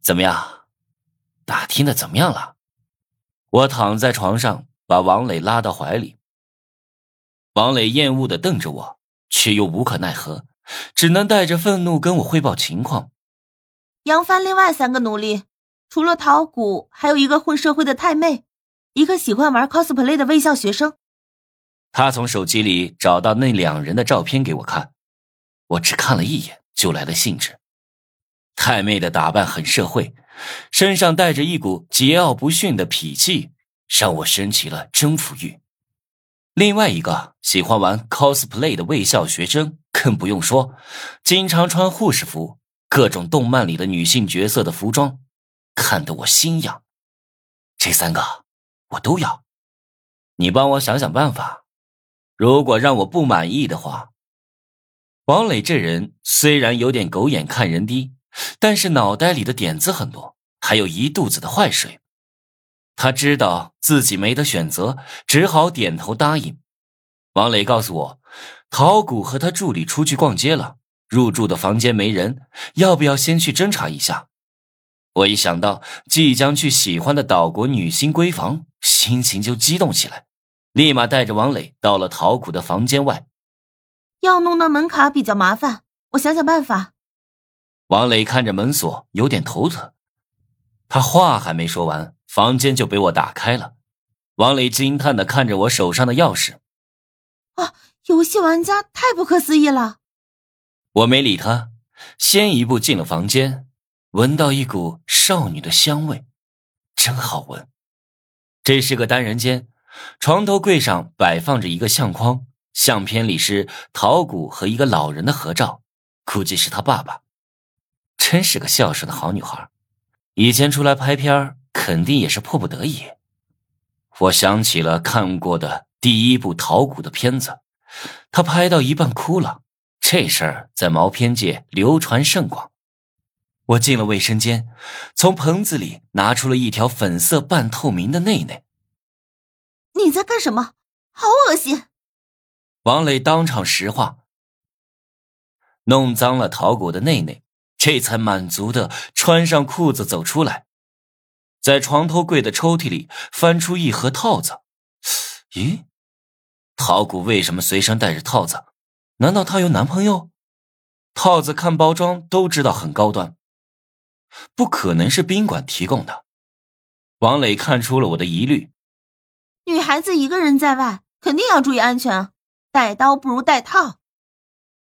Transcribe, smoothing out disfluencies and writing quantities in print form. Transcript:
怎么样？打听的怎么样了？我躺在床上，把王磊拉到怀里。王磊厌恶地瞪着我，却又无可奈何，只能带着愤怒跟我汇报情况。 扬帆另外3个奴隶，除了陶谷，还有一个混社会的太妹，一个喜欢玩 cosplay 的卫校学生。 他从手机里找到那2人的照片给我看，我只看了一眼就来了兴致。太妹的打扮很社会，身上带着一股桀骜不驯的痞气，让我升起了征服欲。另外一个喜欢玩 cosplay 的卫校学生更不用说，经常穿护士服，各种动漫里的女性角色的服装，看得我心痒。这3个我都要。你帮我想想办法，如果让我不满意的话。王磊这人虽然有点狗眼看人低，但是脑袋里的点子很多，还有一肚子的坏水。他知道自己没得选择，只好点头答应。王磊告诉我，陶谷和他助理出去逛街了，入住的房间没人，要不要先去侦查一下？我一想到即将去喜欢的岛国女星闺房，心情就激动起来，立马带着王磊到了陶谷的房间外。 要弄到门卡比较麻烦，我想想办法。 王磊看着门锁有点头疼，他话还没说完，房间就被我打开了。王磊惊叹地看着我手上的钥匙。 游戏玩家太不可思议了。 我没理他，先一步进了房间，闻到一股少女的香味，真好闻。这是个单人间，床头柜上摆放着一个相框，相片里是陶谷和一个老人的合照，估计是他爸爸。真是个孝顺的好女孩，以前出来拍片肯定也是迫不得已。我想起了看过的第1部陶谷的片子，他拍到一半哭了，这事儿在毛片界流传甚广。我进了卫生间，从盆子里拿出了一条粉色半透明的内内。 你在干什么？好恶心！ 王磊当场石化，弄脏了陶谷的内内，这才满足地穿上裤子走出来，在床头柜的抽屉里翻出一盒套子。咦，陶谷为什么随身带着套子？难道她有男朋友？套子看包装都知道很高端，不可能是宾馆提供的。王磊看出了我的疑虑， 女孩子一个人在外，肯定要注意安全啊，带刀不如带套。